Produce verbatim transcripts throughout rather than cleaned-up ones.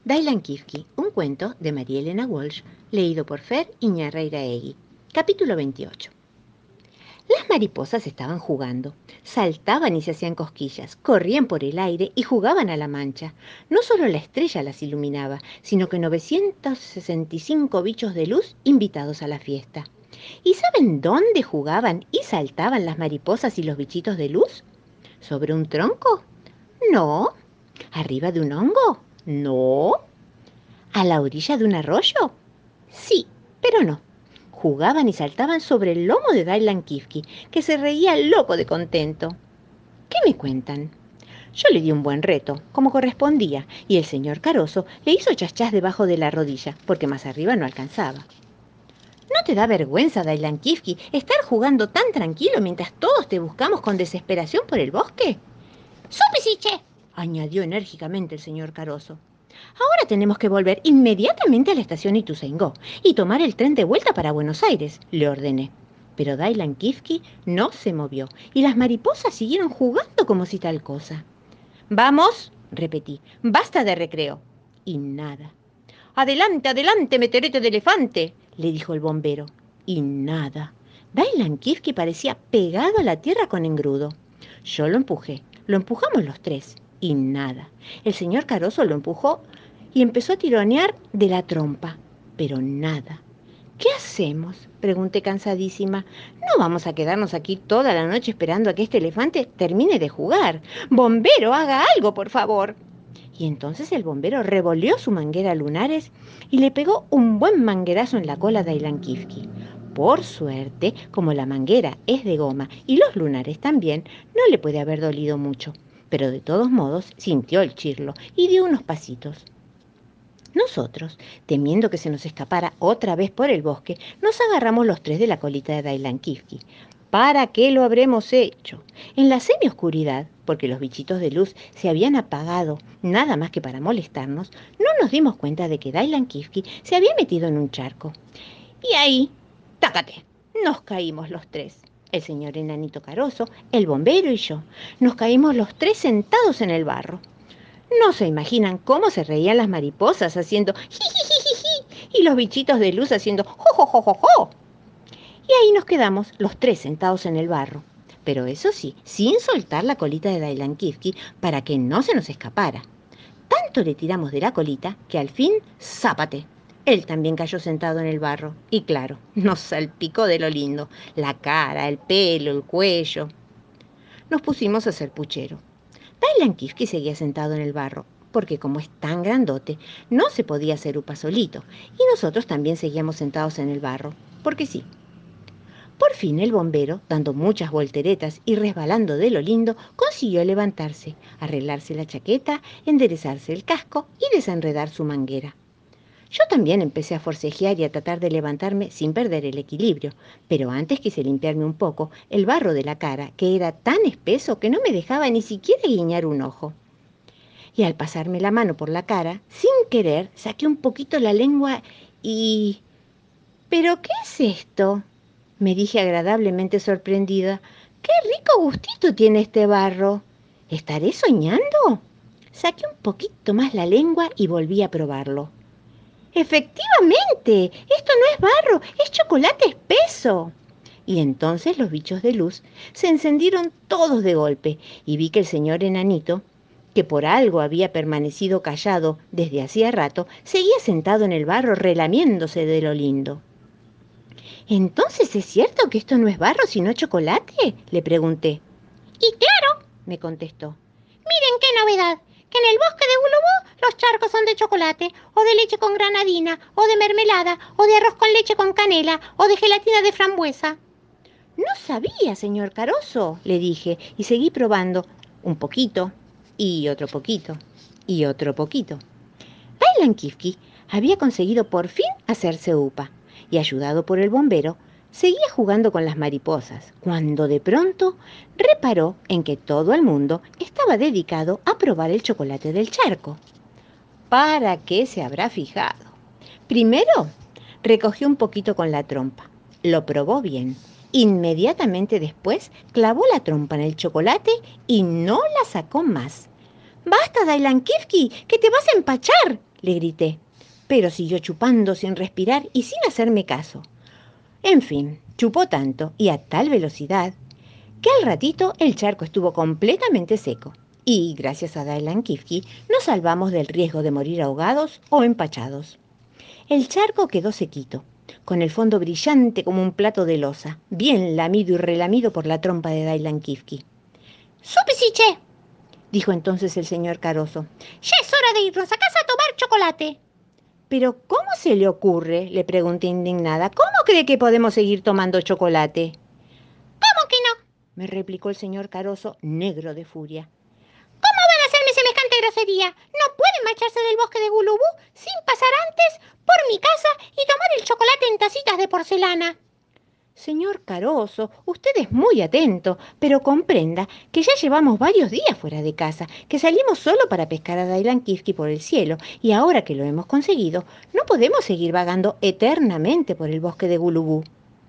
Dylan Kifke, un cuento de María Elena Walsh, leído por Fer Iñarreiraegui. Capítulo veintiocho. Las mariposas estaban jugando, saltaban y se hacían cosquillas, corrían por el aire y jugaban a la mancha. No solo la estrella las iluminaba, sino que novecientos sesenta y cinco bichos de luz invitados a la fiesta. ¿Y saben dónde jugaban y saltaban las mariposas y los bichitos de luz? ¿Sobre un tronco? No. ¿Arriba de un hongo? No. ¿A la orilla de un arroyo? Sí, pero no. Jugaban y saltaban sobre el lomo de Dylan Kifke, que se reía loco de contento. ¿Qué me cuentan? Yo le di un buen reto, como correspondía, y el señor Caroso le hizo chachás debajo de la rodilla, porque más arriba no alcanzaba. ¿No te da vergüenza, Dylan Kifke, estar jugando tan tranquilo mientras todos te buscamos con desesperación por el bosque? ¡Supisiche!, añadió enérgicamente el señor Caroso. Ahora tenemos que volver inmediatamente a la estación Ituzaingó y tomar el tren de vuelta para Buenos Aires, le ordené. Pero Dylan Kifke no se movió y las mariposas siguieron jugando como si tal cosa. «Vamos», repetí, «basta de recreo». Y nada. «Adelante, adelante, meteorito de elefante», le dijo el bombero. Y nada. Dylan Kifke parecía pegado a la tierra con engrudo. Yo lo empujé, lo empujamos los tres. Y nada. El señor Caroso lo empujó y empezó a tironear de la trompa, pero nada. ¿Qué hacemos?, pregunté cansadísima. No vamos a quedarnos aquí toda la noche esperando a que este elefante termine de jugar. ¡Bombero, haga algo, por favor! Y entonces el bombero revolvió su manguera lunares y le pegó un buen manguerazo en la cola de Dylan Kifke. Por suerte, como la manguera es de goma y los lunares también, no le puede haber dolido mucho. Pero de todos modos sintió el chirlo y dio unos pasitos. Nosotros, temiendo que se nos escapara otra vez por el bosque, nos agarramos los tres de la colita de Dylan Kifke. ¿Para qué lo habremos hecho? En la semioscuridad, porque los bichitos de luz se habían apagado nada más que para molestarnos, no nos dimos cuenta de que Dylan Kifke se había metido en un charco. Y ahí, ¡tácate!, nos caímos los tres. El señor enanito Caroso, el bombero y yo. Nos caímos los tres sentados en el barro. No se imaginan cómo se reían las mariposas haciendo jijijijiji y los bichitos de luz haciendo jojojojojo. Y ahí nos quedamos los tres sentados en el barro. Pero eso sí, sin soltar la colita de Dylan Kifke para que no se nos escapara. Tanto le tiramos de la colita que al fin, ¡zápate!, él también cayó sentado en el barro. Y claro, nos salpicó de lo lindo. La cara, el pelo, el cuello. Nos pusimos a hacer puchero. Dylan Kifke seguía sentado en el barro, porque como es tan grandote, no se podía hacer upa solito. Y nosotros también seguíamos sentados en el barro, porque sí. Por fin el bombero, dando muchas volteretas y resbalando de lo lindo, consiguió levantarse, arreglarse la chaqueta, enderezarse el casco y desenredar su manguera. Yo también empecé a forcejear y a tratar de levantarme sin perder el equilibrio, pero antes quise limpiarme un poco el barro de la cara, que era tan espeso que no me dejaba ni siquiera guiñar un ojo. Y al pasarme la mano por la cara, sin querer, saqué un poquito la lengua y... ¿Pero qué es esto?, me dije agradablemente sorprendida. ¡Qué rico gustito tiene este barro! ¿Estaré soñando? Saqué un poquito más la lengua y volví a probarlo. ¡Efectivamente! Esto no es barro, es chocolate espeso. Y entonces los bichos de luz se encendieron todos de golpe y vi que el señor enanito, que por algo había permanecido callado desde hacía rato, seguía sentado en el barro relamiéndose de lo lindo. «¿Entonces es cierto que esto no es barro sino chocolate?», le pregunté. «Y claro», me contestó. «Miren qué novedad, que en el bosque de Ulubú los charcos son de chocolate, o de leche con granadina, o de mermelada, o de arroz con leche con canela, o de gelatina de frambuesa». «No sabía, señor Caroso», le dije, y seguí probando un poquito, y otro poquito, y otro poquito. Dylan Kifke había conseguido por fin hacerse upa, y ayudado por el bombero, seguía jugando con las mariposas, cuando de pronto reparó en que todo el mundo estaba dedicado a probar el chocolate del charco. ¿Para qué se habrá fijado? Primero, recogió un poquito con la trompa, lo probó bien. Inmediatamente después, clavó la trompa en el chocolate y no la sacó más. ¡Basta, Dailan Kifki, que te vas a empachar!, le grité. Pero siguió chupando sin respirar y sin hacerme caso. En fin, chupó tanto y a tal velocidad que al ratito el charco estuvo completamente seco. Y, gracias a Dailan Kifki, nos salvamos del riesgo de morir ahogados o empachados. El charco quedó sequito, con el fondo brillante como un plato de loza, bien lamido y relamido por la trompa de Dailan Kifki. ¡Supisiche!, dijo entonces el señor Caroso. Ya es hora de irnos a casa a tomar chocolate. ¿Pero cómo se le ocurre?, le pregunté indignada. ¿Cómo cree que podemos seguir tomando chocolate? ¿Cómo que no?, me replicó el señor Caroso, negro de furia. ¿Cómo van a hacerme semejante grosería? No pueden marcharse del bosque de Gulubú sin pasar antes por mi casa y tomar el chocolate en tacitas de porcelana. Señor Caroso, usted es muy atento, pero comprenda que ya llevamos varios días fuera de casa, que salimos solo para pescar a Dailan Kifki por el cielo, y ahora que lo hemos conseguido, no podemos seguir vagando eternamente por el bosque de Gulubú.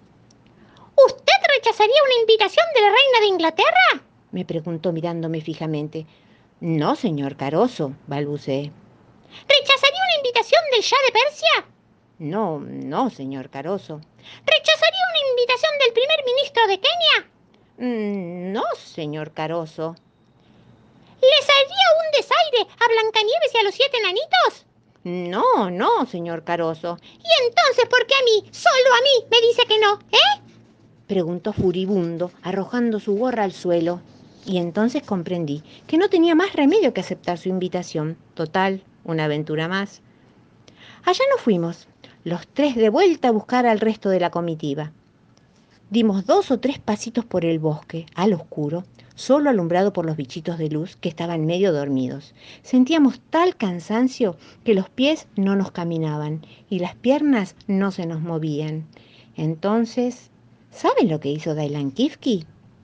¿Usted rechazaría una invitación de la reina de Inglaterra?, me preguntó mirándome fijamente. No, señor Caroso, balbuceé. ¿Rechazaría una invitación del Shah de Persia? No, no, señor Caroso. ¿Rechazaría una invitación del primer ministro de Kenia? Mm, no, señor Caroso. ¿Le saldría un desaire a Blancanieves y a los siete enanitos? No, no, señor Caroso. ¿Y entonces por qué a mí, solo a mí, me dice que no, eh? Preguntó furibundo, arrojando su gorra al suelo. Y entonces comprendí que no tenía más remedio que aceptar su invitación. Total, una aventura más. Allá nos fuimos, los tres de vuelta a buscar al resto de la comitiva. Dimos dos o tres pasitos por el bosque, al oscuro, solo alumbrado por los bichitos de luz que estaban medio dormidos. Sentíamos tal cansancio que los pies no nos caminaban y las piernas no se nos movían. Entonces, ¿saben lo que hizo Dailan Kifki?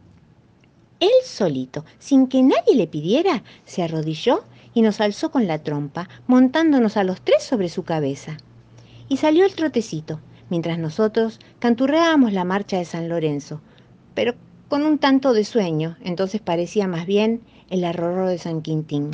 Él solito, sin que nadie le pidiera, se arrodilló y nos alzó con la trompa, montándonos a los tres sobre su cabeza. Y salió el trotecito, mientras nosotros canturreábamos la marcha de San Lorenzo, pero con un tanto de sueño, entonces parecía más bien el arrorró de San Quintín.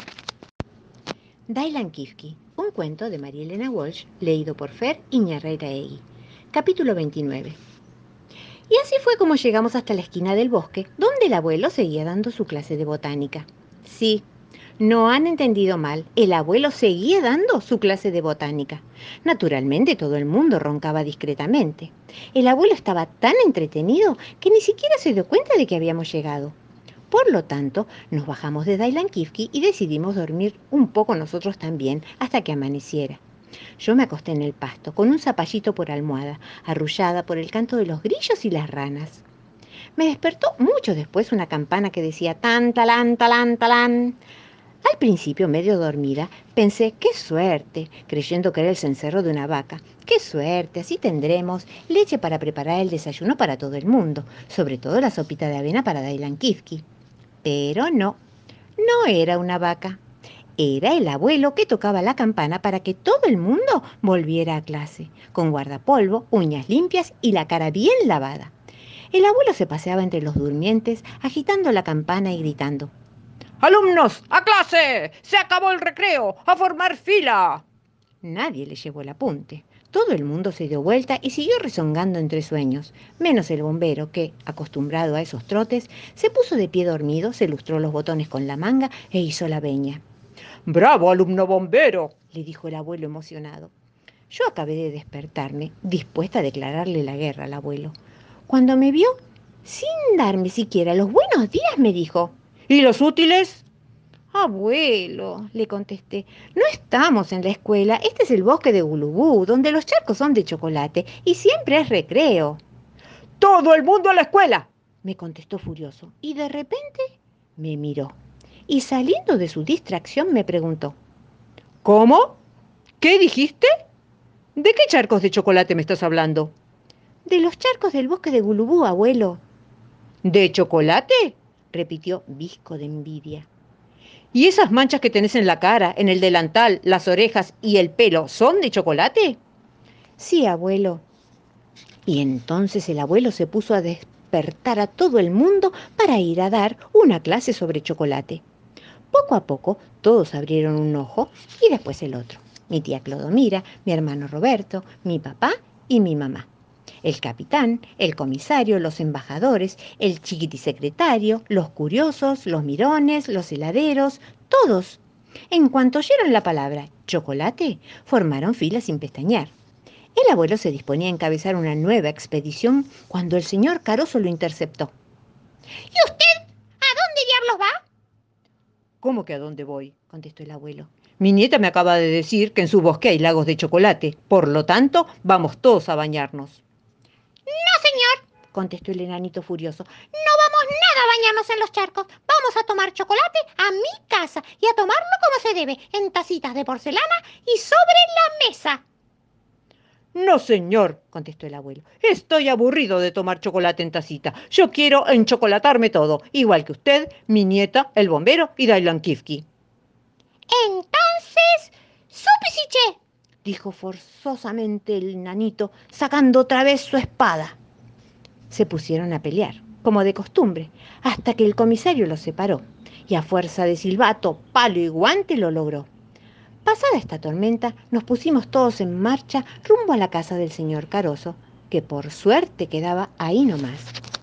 Dailan Kifki, un cuento de María Elena Walsh, leído por Fer Iñarreiraegui. Capítulo veintinueve. Y así fue como llegamos hasta la esquina del bosque, donde el abuelo seguía dando su clase de botánica. Sí, no han entendido mal, el abuelo seguía dando su clase de botánica. Naturalmente todo el mundo roncaba discretamente. El abuelo estaba tan entretenido que ni siquiera se dio cuenta de que habíamos llegado. Por lo tanto, nos bajamos de Dailan Kifki y decidimos dormir un poco nosotros también hasta que amaneciera. Yo me acosté en el pasto, con un zapallito por almohada, arrullada por el canto de los grillos y las ranas. Me despertó mucho después una campana que decía tan, talán, talán, talán. Al principio, medio dormida, pensé, qué suerte, creyendo que era el cencerro de una vaca. Qué suerte, así tendremos leche para preparar el desayuno para todo el mundo, sobre todo la sopita de avena para Dailan Kifki. Pero no, no era una vaca. Era el abuelo que tocaba la campana para que todo el mundo volviera a clase, con guardapolvo, uñas limpias y la cara bien lavada. El abuelo se paseaba entre los durmientes, agitando la campana y gritando: ¡Alumnos, a clase! ¡Se acabó el recreo! ¡A formar fila! Nadie le llevó el apunte. Todo el mundo se dio vuelta y siguió rezongando entre sueños, menos el bombero que, acostumbrado a esos trotes, se puso de pie dormido, se lustró los botones con la manga e hizo la veña. ¡Bravo, alumno bombero!, le dijo el abuelo emocionado. Yo acabé de despertarme, dispuesta a declararle la guerra al abuelo. Cuando me vio, sin darme siquiera los buenos días, me dijo: ¿Y los útiles? Abuelo, le contesté, no estamos en la escuela, este es el bosque de Gulubú, donde los charcos son de chocolate y siempre es recreo. ¡Todo el mundo a la escuela!, me contestó furioso, y de repente me miró. Y saliendo de su distracción me preguntó: ¿Cómo? ¿Qué dijiste? ¿De qué charcos de chocolate me estás hablando? De los charcos del bosque de Gulubú, abuelo. ¿De chocolate?, repitió visco de envidia. ¿Y esas manchas que tenés en la cara, en el delantal, las orejas y el pelo son de chocolate? Sí, abuelo. Y entonces el abuelo se puso a despertar a todo el mundo para ir a dar una clase sobre chocolate. Poco a poco todos abrieron un ojo y después el otro. Mi tía Clodomira, mi hermano Roberto, mi papá y mi mamá. El capitán, el comisario, los embajadores, el chiquitisecretario, los curiosos, los mirones, los heladeros, todos. En cuanto oyeron la palabra chocolate, formaron fila sin pestañear. El abuelo se disponía a encabezar una nueva expedición cuando el señor Caroso lo interceptó. ¿Y usted a dónde diablos va? ¿Cómo que a dónde voy?, contestó el abuelo. Mi nieta me acaba de decir que en su bosque hay lagos de chocolate. Por lo tanto, vamos todos a bañarnos. No, señor, contestó el enanito furioso. No vamos nada a bañarnos en los charcos. Vamos a tomar chocolate a mi casa y a tomarlo como se debe, en tacitas de porcelana y sobre la mesa. No, señor, contestó el abuelo. Estoy aburrido de tomar chocolate en tacita. Yo quiero enchocolatarme todo, igual que usted, mi nieta, el bombero y Dailan Kifki. Entonces, súpisiche, dijo forzosamente el nanito, sacando otra vez su espada. Se pusieron a pelear, como de costumbre, hasta que el comisario los separó, y a fuerza de silbato, palo y guante lo logró. Pasada esta tormenta, nos pusimos todos en marcha rumbo a la casa del señor Caroso, que por suerte quedaba ahí nomás.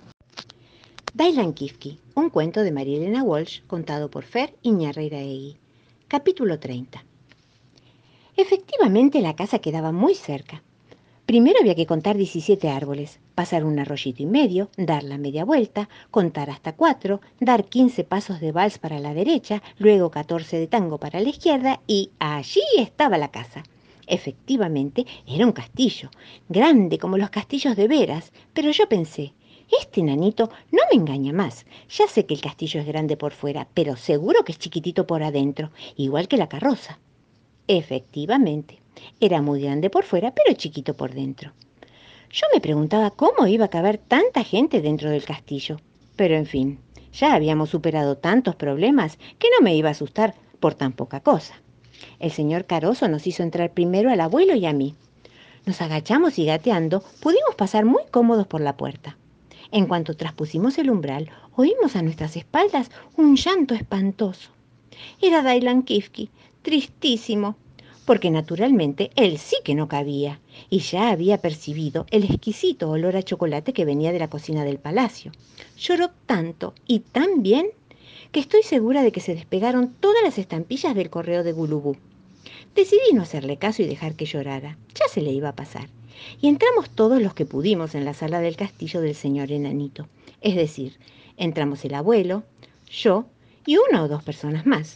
Dailan Kifki, un cuento de María Elena Walsh, contado por Fer Iñarreiraegui. Capítulo treinta. Efectivamente, la casa quedaba muy cerca. Primero había que contar diecisiete árboles, pasar un arroyito y medio, dar la media vuelta, contar hasta cuatro, dar quince pasos de vals para la derecha, luego catorce de tango para la izquierda y allí estaba la casa. Efectivamente, era un castillo, grande como los castillos de veras, pero yo pensé, este nanito no me engaña más. Ya sé que el castillo es grande por fuera, pero seguro que es chiquitito por adentro, igual que la carroza. Efectivamente, era muy grande por fuera, pero chiquito por dentro. Yo me preguntaba cómo iba a caber tanta gente dentro del castillo. Pero en fin, ya habíamos superado tantos problemas que no me iba a asustar por tan poca cosa. El señor Caroso nos hizo entrar primero al abuelo y a mí. Nos agachamos y gateando pudimos pasar muy cómodos por la puerta. En cuanto traspusimos el umbral, oímos a nuestras espaldas un llanto espantoso. Era Dailan Kifki, tristísimo, porque naturalmente él sí que no cabía, y ya había percibido el exquisito olor a chocolate que venía de la cocina del palacio. Lloró tanto y tan bien que estoy segura de que se despegaron todas las estampillas del correo de Gulubú. Decidí no hacerle caso y dejar que llorara, ya se le iba a pasar, y entramos todos los que pudimos en la sala del castillo del señor enanito, es decir, entramos el abuelo, yo y una o dos personas más.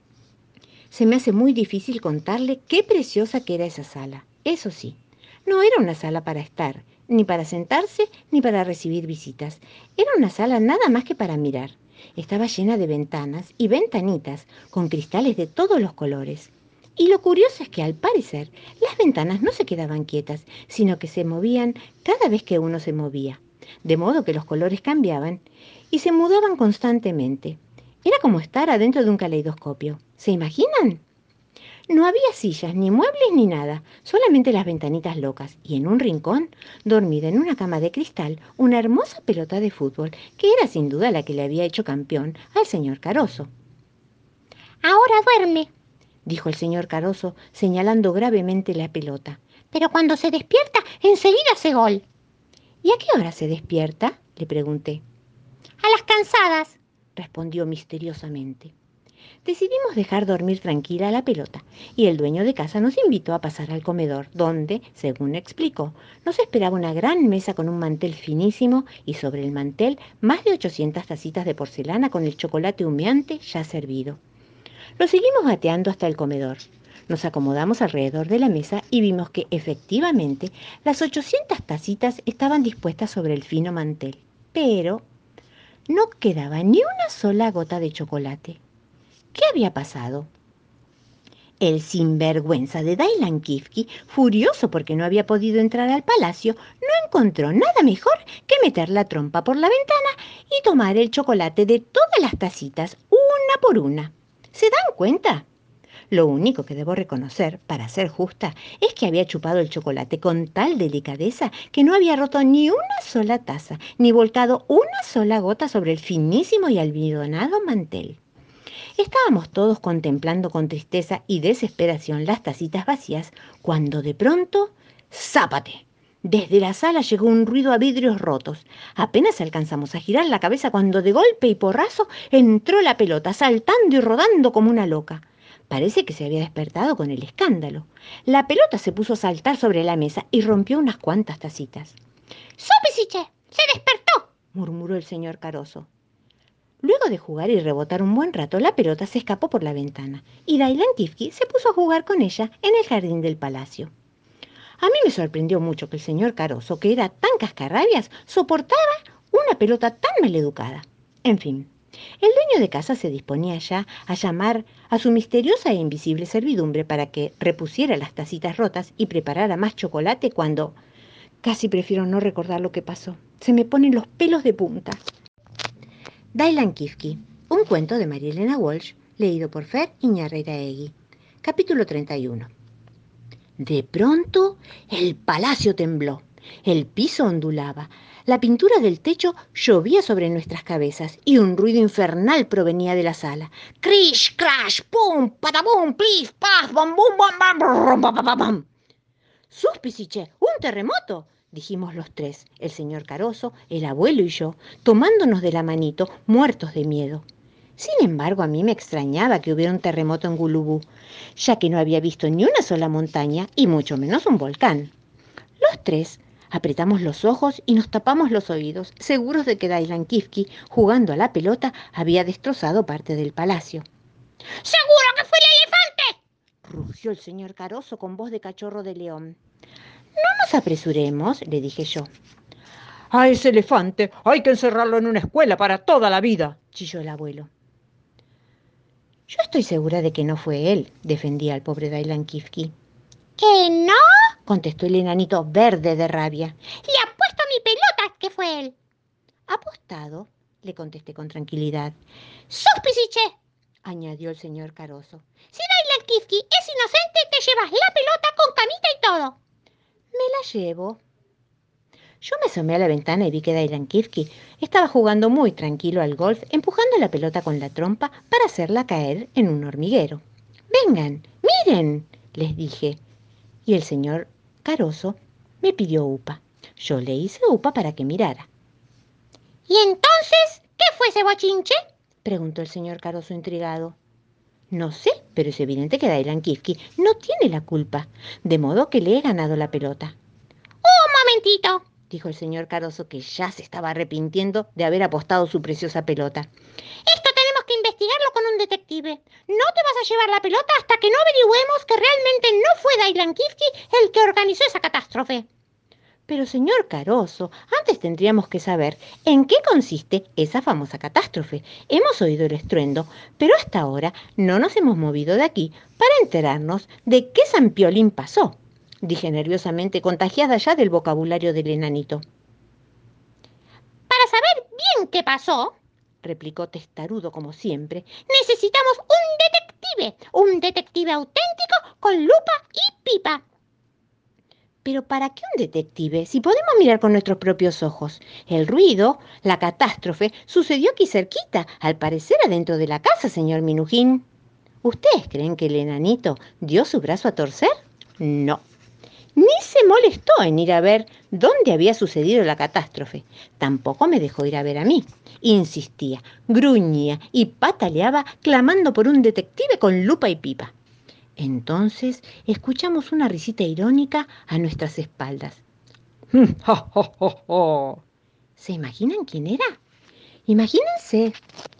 Se me hace muy difícil contarle qué preciosa que era esa sala. Eso sí, no era una sala para estar, ni para sentarse, ni para recibir visitas. Era una sala nada más que para mirar. Estaba llena de ventanas y ventanitas, con cristales de todos los colores. Y lo curioso es que, al parecer, las ventanas no se quedaban quietas, sino que se movían cada vez que uno se movía. De modo que los colores cambiaban y se mudaban constantemente. Era como estar adentro de un caleidoscopio. ¿Se imaginan? No había sillas, ni muebles, ni nada, solamente las ventanitas locas, y en un rincón, dormida en una cama de cristal, una hermosa pelota de fútbol, que era sin duda la que le había hecho campeón al señor Caroso. Ahora duerme, dijo el señor Caroso, señalando gravemente la pelota. Pero cuando se despierta, enseguida hace gol. ¿Y a qué hora se despierta?, le pregunté. A las cansadas, respondió misteriosamente. Decidimos dejar dormir tranquila a la pelota y el dueño de casa nos invitó a pasar al comedor, donde, según explicó, nos esperaba una gran mesa con un mantel finísimo y sobre el mantel más de ochocientas tacitas de porcelana con el chocolate humeante ya servido. Lo seguimos gateando hasta el comedor. Nos acomodamos alrededor de la mesa y vimos que, efectivamente, las ochocientas tacitas estaban dispuestas sobre el fino mantel, pero no quedaba ni una sola gota de chocolate. ¿Qué había pasado? El sinvergüenza de Dailan Kifki, furioso porque no había podido entrar al palacio, no encontró nada mejor que meter la trompa por la ventana y tomar el chocolate de todas las tacitas, una por una. ¿Se dan cuenta? Lo único que debo reconocer, para ser justa, es que había chupado el chocolate con tal delicadeza que no había roto ni una sola taza, ni volcado una sola gota sobre el finísimo y almidonado mantel. Estábamos todos contemplando con tristeza y desesperación las tacitas vacías, cuando de pronto, ¡zápate! Desde la sala llegó un ruido a vidrios rotos. Apenas alcanzamos a girar la cabeza cuando de golpe y porrazo entró la pelota, saltando y rodando como una loca. Parece que se había despertado con el escándalo. La pelota se puso a saltar sobre la mesa y rompió unas cuantas tacitas. ¡Súpisiche! ¡Se despertó!, murmuró el señor Caroso. Luego de jugar y rebotar un buen rato, la pelota se escapó por la ventana y Dailan Kifki se puso a jugar con ella en el jardín del palacio. A mí me sorprendió mucho que el señor Caroso, que era tan cascarrabias, soportara una pelota tan maleducada. En fin, el dueño de casa se disponía ya a llamar a su misteriosa e invisible servidumbre para que repusiera las tacitas rotas y preparara más chocolate cuando... Casi prefiero no recordar lo que pasó. Se me ponen los pelos de punta. Dailan Kifki, un cuento de María Elena Walsh, leído por Fer Iñarreiraegui. Capítulo treinta y uno. De pronto, el palacio tembló. El piso ondulaba. La pintura del techo llovía sobre nuestras cabezas y un ruido infernal provenía de la sala. ¡Crish, crash, pum, patabum, plif, paf, bam, bum, bam, bam, bam, bam, bam! ¡Suspiciche! ¡Un terremoto!, dijimos los tres, el señor Caroso, el abuelo y yo, tomándonos de la manito, muertos de miedo. Sin embargo, a mí me extrañaba que hubiera un terremoto en Gulubú, ya que no había visto ni una sola montaña y mucho menos un volcán. Los tres apretamos los ojos y nos tapamos los oídos, seguros de que Dailan Kifki, jugando a la pelota, había destrozado parte del palacio. ¡Seguro que fue el elefante!, rugió el señor Caroso con voz de cachorro de león. No nos apresuremos, le dije yo. A ese elefante hay que encerrarlo en una escuela para toda la vida, chilló el abuelo. Yo estoy segura de que no fue él, defendía al pobre Dailan Kifki. ¿Que no?, contestó el enanito verde de rabia. Le apuesto a mi pelota que fue él. ¿Apostado?, le contesté con tranquilidad. ¡Suspiciche!, añadió el señor Caroso. Si Dailan Kifki es inocente, te llevas la pelota con camita y todo. Me la llevo. Yo me asomé a la ventana y vi que Dailan Kifki estaba jugando muy tranquilo al golf, empujando la pelota con la trompa para hacerla caer en un hormiguero. «Vengan, miren», les dije. Y el señor Caroso me pidió upa. Yo le hice upa para que mirara. ¿Y entonces qué fue ese bochinche?, preguntó el señor Caroso intrigado. No sé, pero es evidente que Dailan Kifki no tiene la culpa, de modo que le he ganado la pelota. ¡Un momentito!, dijo el señor Caroso, que ya se estaba arrepintiendo de haber apostado su preciosa pelota. Esto tenemos que investigarlo con un detective. No te vas a llevar la pelota hasta que no averigüemos que realmente no fue Dailan Kifki el que organizó esa catástrofe. Pero, señor Caroso, antes tendríamos que saber en qué consiste esa famosa catástrofe. Hemos oído el estruendo, pero hasta ahora no nos hemos movido de aquí para enterarnos de qué San Piolín pasó, dije nerviosamente, contagiada ya del vocabulario del enanito. Para saber bien qué pasó, replicó testarudo como siempre, necesitamos un detective, un detective auténtico con lupa y pipa. ¿Pero para qué un detective si podemos mirar con nuestros propios ojos? El ruido, la catástrofe, sucedió aquí cerquita, al parecer adentro de la casa, señor Minujín. ¿Ustedes creen que el enanito dio su brazo a torcer? No. Ni se molestó en ir a ver dónde había sucedido la catástrofe. Tampoco me dejó ir a ver a mí. Insistía, gruñía y pataleaba, clamando por un detective con lupa y pipa. Entonces escuchamos una risita irónica a nuestras espaldas. ¿Se imaginan quién era? Imagínense